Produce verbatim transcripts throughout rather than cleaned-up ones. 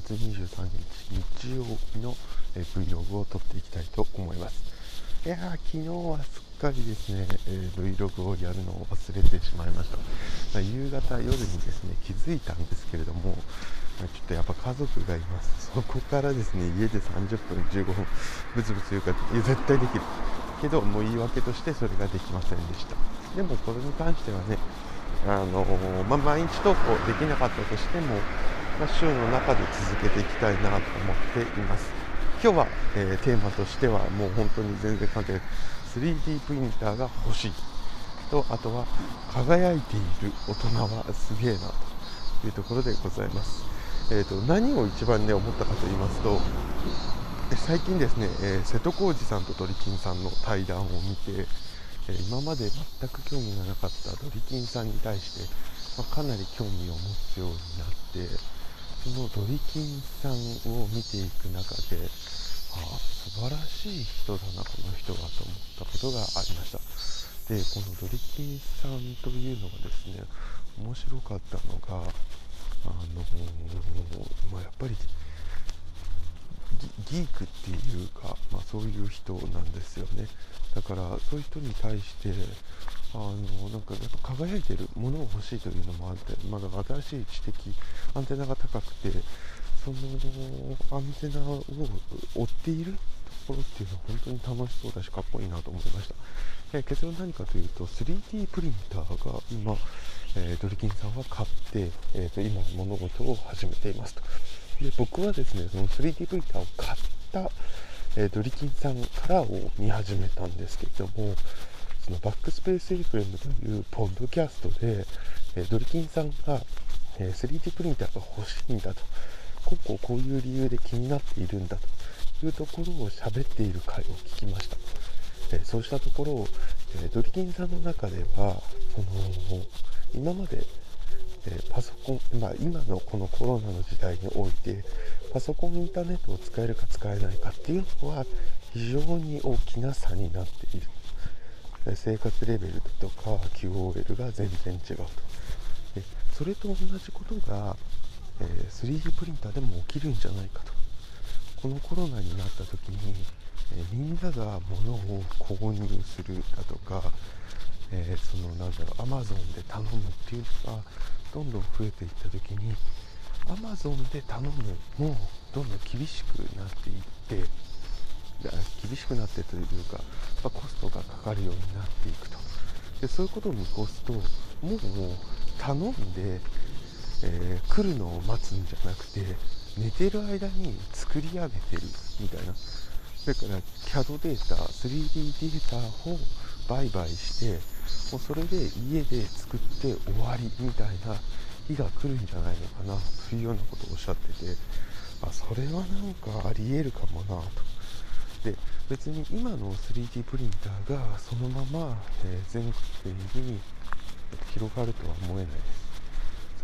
つにじゅうさんにち日曜日の Vlog を撮っていきたいと思います。いやー、昨日はすっかりですね、えー、Vlog をやるのを忘れてしまいました。まあ、夕方夜にですね気づいたんですけれども、まあ、ちょっとやっぱ家族がいます。そこからですね家でさんじゅっぷんじゅうごふんブツブツ言うかいや絶対できるけど、もう言い訳としてそれができませんでした。でもこれに関してはね、あのーまあ、毎日投稿できなかったとしても、まあ、週の中で続けていきたいなと思っています。今日は、えー、テーマとしてはもう本当に全然関係ない スリーディー プリンターが欲しいと、あとは輝いている大人はすげえなというところでございます。えーと、何を一番ね思ったかと言いますと、最近ですね、えー、瀬戸康史さんとドリキンさんの対談を見て、えー、今まで全く興味がなかったドリキンさんに対して、まあ、かなり興味を持つようになって、そのドリキンさんを見ていく中で、ああ素晴らしい人だなこの人はと思ったことがありました。でこのドリキンさんというのがですね、面白かったのが、あのーまあ、やっぱりギークっていうか、まあ、そういう人なんですよね。だからそういう人に対してあのなんかやっぱ輝いてるものを欲しいというのもあって、まだ新しい知的アンテナが高くて、そのアンテナを追っているところっていうのは本当に楽しそうだしかっこいいなと思いました。えー、結論何かというと スリーディー プリンターが今、えー、ドリキンさんは買って、えー、と今物事を始めていますと。で僕はですねその スリーディー プリンターを買った、えー、ドリキンさんからを見始めたんですけれども、そのバックスペース エフエム というポッドキャストで、えー、ドリキンさんが、えー、スリーディー プリンターが欲しいんだと、こうこうこういう理由で気になっているんだというところを喋っている回を聞きました。えー、そうしたところ、えー、ドリキンさんの中ではその今まで、えー、パソコン、まあ、今のこのコロナの時代においてパソコンインターネットを使えるか使えないかっていうのは非常に大きな差になっている。生活レベルとか キューオーエル が全然違うと。でそれと同じことが、えー、スリーディー プリンターでも起きるんじゃないかと。このコロナになった時に、えー、みんなが物を購入するだとか、えー、そのなんだろう Amazon で頼むっていうのがどんどん増えていった時に Amazon で頼むもどんどん厳しくなっていって、厳しくなってというかやっぱコストがかかるようになっていくと。でそういうことを見越すともう頼んで、えー、来るのを待つんじゃなくて寝てる間に作り上げてるみたいな。だから キャド データ スリーディー データを売買してもうそれで家で作って終わりみたいな日が来るんじゃないのかなというようなことをおっしゃってて、あそれはなんかありえるかもなと。で別に今の スリーディー プリンターがそのまま、えー、全国に広がるとは思えないです。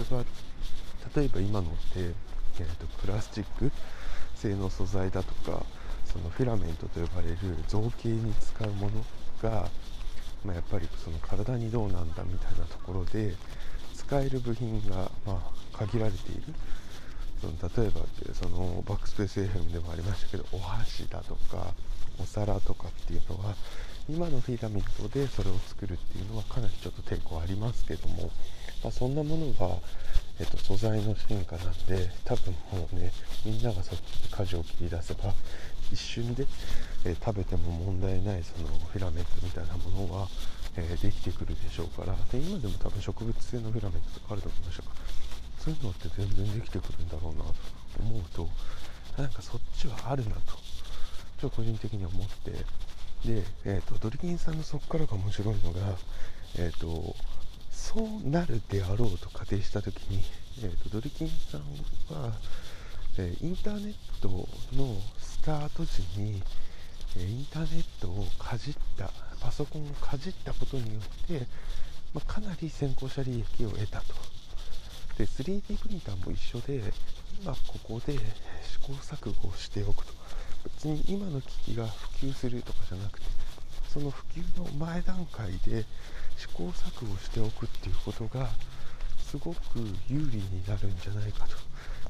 それは例えば今のって、えー、とプラスチック製の素材だとかそのフィラメントと呼ばれる造形に使うものが、まあ、やっぱりその体にどうなんだみたいなところで使える部品が、まあ、限られている。その例えばそのバックスペース エフエム でもありましたけど、お箸だとかお皿とかっていうのは今のフィラメントでそれを作るっていうのはかなりちょっと抵抗ありますけども、まあ、そんなものは、えっと、素材の進化なんで多分もうねみんながそっちに舵を切り出せば一瞬で、えー、食べても問題ないそのフィラメントみたいなものは、えー、できてくるでしょうから。で今でも多分植物性のフィラメントとかあると思いましたから、そういうのって全然できてくるんだろうなと思うと、なんかそっちはあるなとちょっと個人的に思って、で、えーと、ドリキンさんのそこからが面白いのが、えーと、そうなるであろうと仮定したときに、えーと、ドリキンさんは、えー、インターネットのスタート時に、えー、インターネットをかじったパソコンをかじったことによって、まあ、かなり先行者利益を得たと。で スリーディー プリンターも一緒で今ここで試行錯誤をしておくと。別に今の機器が普及するとかじゃなくてその普及の前段階で試行錯誤しておくっていうことがすごく有利になるんじゃないかと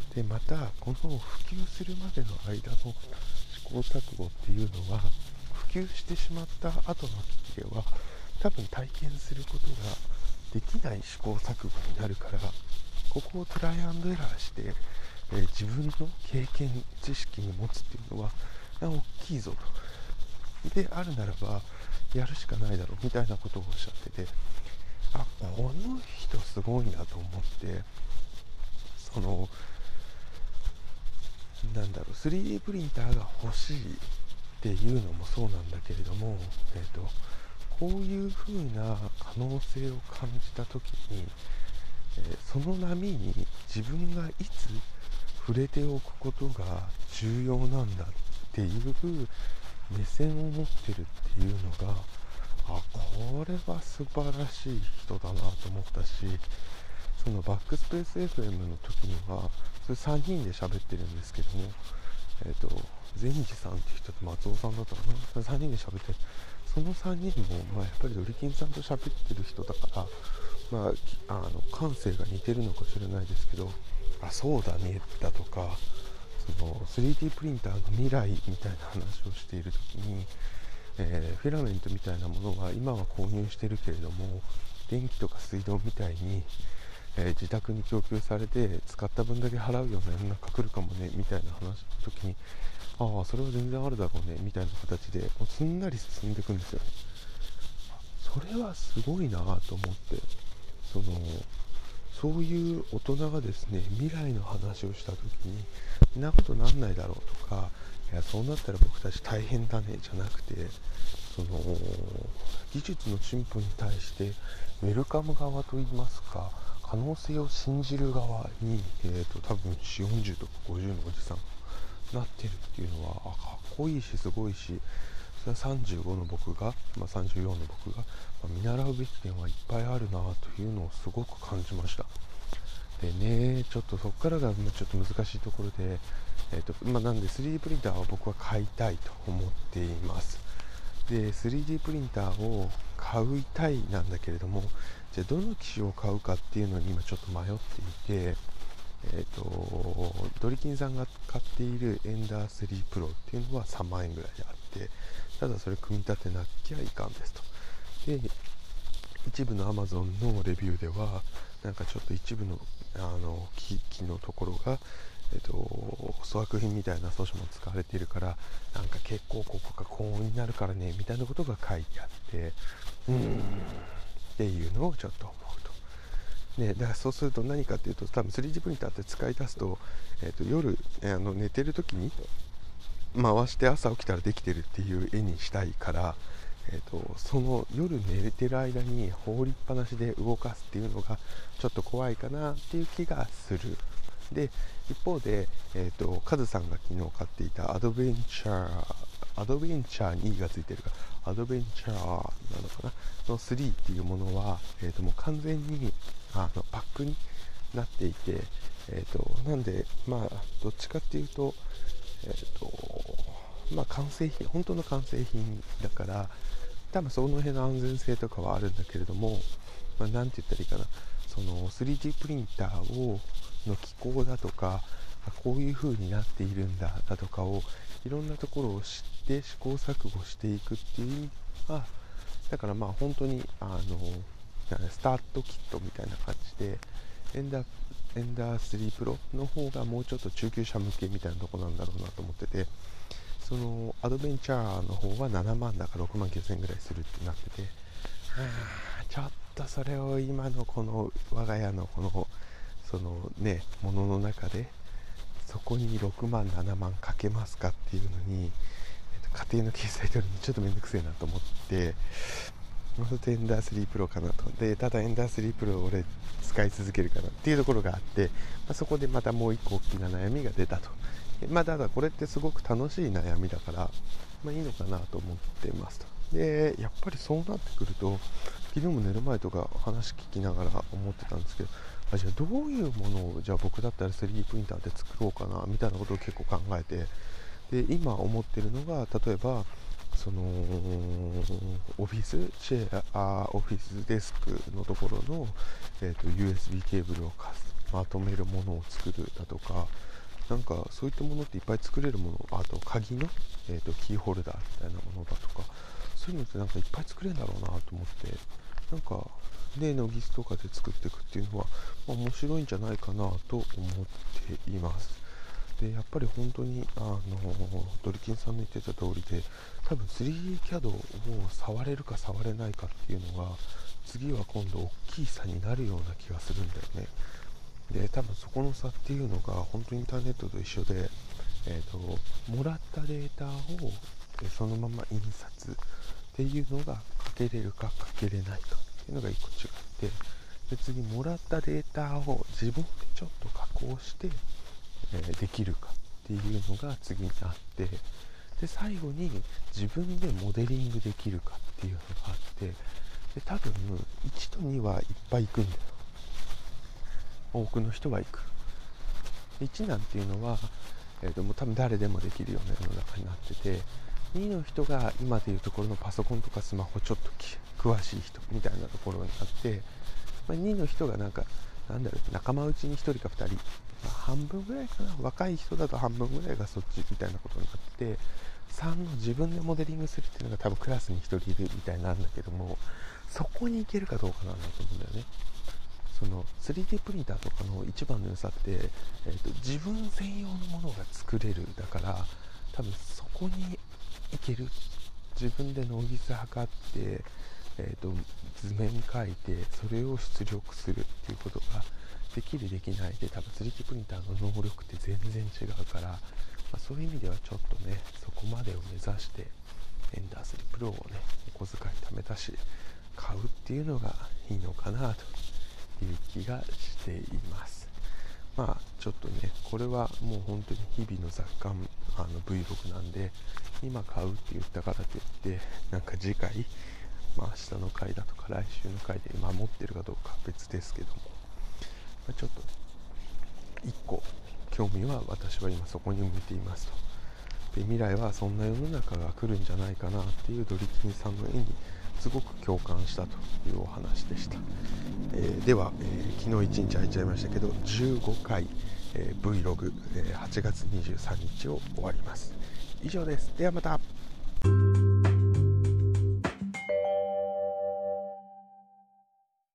でまたこの普及するまでの間の試行錯誤っていうのは、普及してしまった後の機器では多分体験することができない試行錯誤になるから、ここをトライアンドエラーして、えー自分の経験知識に持つっていうのは大きいぞと、であるならばやるしかないだろうみたいなことをおっしゃってて、あ、この人すごいなと思って、そのなんだろう スリーディー プリンターが欲しいっていうのもそうなんだけれども、えーとこういう風な可能性を感じた時に、えーその波に自分がいつ触れておくことが重要なんだっていう目線を持ってるっていうのが、あ、これは素晴らしい人だなと思ったし、そのバックスペース エフエム の時にはそれさんにんで喋ってるんですけども、えっ、ー、と善治さんっていう人と松尾さんだったかな、さんにんで喋ってる。そのさんにんも、まあ、やっぱりドリキンさんと喋ってる人だから、まあ、あの感性が似てるのかしれないですけど、あ、そうだねだとか、その スリーディー プリンターの未来みたいな話をしている時に、えーフィラメントみたいなものは今は購入してるけれども、電気とか水道みたいに、えー自宅に供給されて使った分だけ払うような世の中来るかもねみたいな話の時に、ああそれは全然あるだろうねみたいな形でもうすんなり進んでいくんですよね。それはすごいなと思って、そのそういう大人がですね、未来の話をした時にそんなことなんないだろうとか、いやそうなったら僕たち大変だねじゃなくて、その技術の進歩に対してウェルカム側といいますか、可能性を信じる側に、えー、と多分よんじゅう、よんじゅうとかごじゅうのおじさんなってるっていうのは、あ、かっこいいしすごいし、それはさんじゅうごの僕が、まあ、さんじゅうよんの僕が、まあ、見習うべき点はいっぱいあるなというのをすごく感じました。でね、ちょっとそこからがちょっと難しいところで、えーとまあ、なんで スリーディー プリンターは僕は買いたいと思っています。で スリーディー プリンターを買いたいなんだけれども、じゃあどの機種を買うかっていうのに今ちょっと迷っていて、えーとドリキンさんが買っているエンダースリープロっていうのはさんまんえんぐらいであって、ただそれ組み立てなきゃいかんですと。で一部の Amazon のレビューではなんかちょっと一部のあの機器のところが、えっと、粗悪品みたいな素子も使われているから、なんか結構ここが高温になるからねみたいなことが書いてあって、うーんっていうのをちょっと思うと。ね、だからそうすると何かっていうと、多分 スリーディー プリンターって使い出すと、えっと、夜あの寝てる時に回して朝起きたらできてるっていう絵にしたいから、えー、とその夜寝てる間に放りっぱなしで動かすっていうのがちょっと怖いかなっていう気がする。で一方で、えー、とカズさんが昨日買っていたアドベンチャーアドベンチャーに E がついてるかアドベンチャーなのかなのスリーっていうものは、えー、ともう完全にあのパックになっていて、えー、となんでまあどっちかっていうとえーとまあ、完成品、本当の完成品だから、多分その辺の安全性とかはあるんだけれども、まあ、なんて言ったらいいかな、その スリーディー プリンターをの機構だとか、こういう風になっているんだだとかをいろんなところを知って試行錯誤していくっていう意味は、だからまあ本当にあのスタートキットみたいな感じで、エンダーエンダースリープロの方がもうちょっと中級者向けみたいなとこなんだろうなと思ってて、そのアドベンチャーの方はななまんだかろくまんきゅうせんえんぐらいするってなってて、ちょっとそれを今のこの我が家のこのそのねものの中でそこにろくまんななまんかけますかっていうのに、家庭の計算取るのちょっとめんどくせえなと思って、エンダースリープロかなと。でただエンダースリープロを俺使い続けるかなっていうところがあって、まあ、そこでまたもう一個大きな悩みが出たと。まあただこれってすごく楽しい悩みだから、まあ、いいのかなと思ってますと。でやっぱりそうなってくると、昨日も寝る前とか話聞きながら思ってたんですけど、あじゃあどういうものをじゃあ僕だったら スリーディー プリンターで作ろうかなみたいなことを結構考えて、で今思ってるのが、例えばそのオフィスチェアオフィスデスクのところの、えー、と ユーエスビー ケーブルをまとめるものを作るだとか、なんかそういったものっていっぱい作れるもの、あと鍵の、えー、とキーホルダーみたいなものだとか、そういうのってなんかいっぱい作れるんだろうなと思って、なんかでノギスとかで作っていくっていうのは、まあ、面白いんじゃないかなと思っています。でやっぱり本当にあのドリキンさんの言ってた通りで、多分 スリーディー キャド を触れるか触れないかっていうのが次は今度大きい差になるような気がするんだよね。で多分そこの差っていうのが本当にインターネットと一緒で、えーと、もらったデータをそのまま印刷っていうのが書けれるか書けれないかっていうのがいっこ違って、で次もらったデータを自分でちょっと加工して、えー、できるかっていうのが次にあって、で最後に自分でモデリングできるかっていうのがあって、で多分いちとにはいっぱい行くんだよ。多くの人は行く。いちなんていうのは、えー、ともう多分誰でもできるような世の中になってて、にの人が今でいうところのパソコンとかスマホちょっと詳しい人みたいなところになって、まあ、にの人がなんかなんだろう、仲間内にひとりかふたり、まあ、半分ぐらいかな、若い人だと半分ぐらいがそっちみたいなことになって、さんの自分でモデリングするっていうのが多分クラスにひとりいるみたいなんだけども、そこに行けるかどうかなんだと思うんだよね。その スリーディー プリンターとかの一番の良さって、えーと、自分専用のものが作れるだから、多分そこに行ける。自分でノギス測って、えーと、図面書いてそれを出力するっていうことができるできないで、多分 スリーディー プリンターの能力って全然違うから、まあ、そういう意味ではちょっとね、そこまでを目指してエンダースリープロをね、お小遣い貯めたし買うっていうのがいいのかなという気がしています。まあちょっとね、これはもう本当に日々の雑感あの Vlog なんで、今買うって言ったからといってなんか次回、まあ、明日の回だとか来週の回で今持ってるかどうかは別ですけども、まあ、ちょっといっこ興味は私は今そこに向いていますと。で未来はそんな世の中が来るんじゃないかなっていうドリキンさんの絵にすごく共感したというお話でした。えー、では、えー、昨日いちにち空いちゃいましたけどじゅうごかい、えー、Vlog、えー、はちがつにじゅうさんにちを終わります。以上です。ではまた。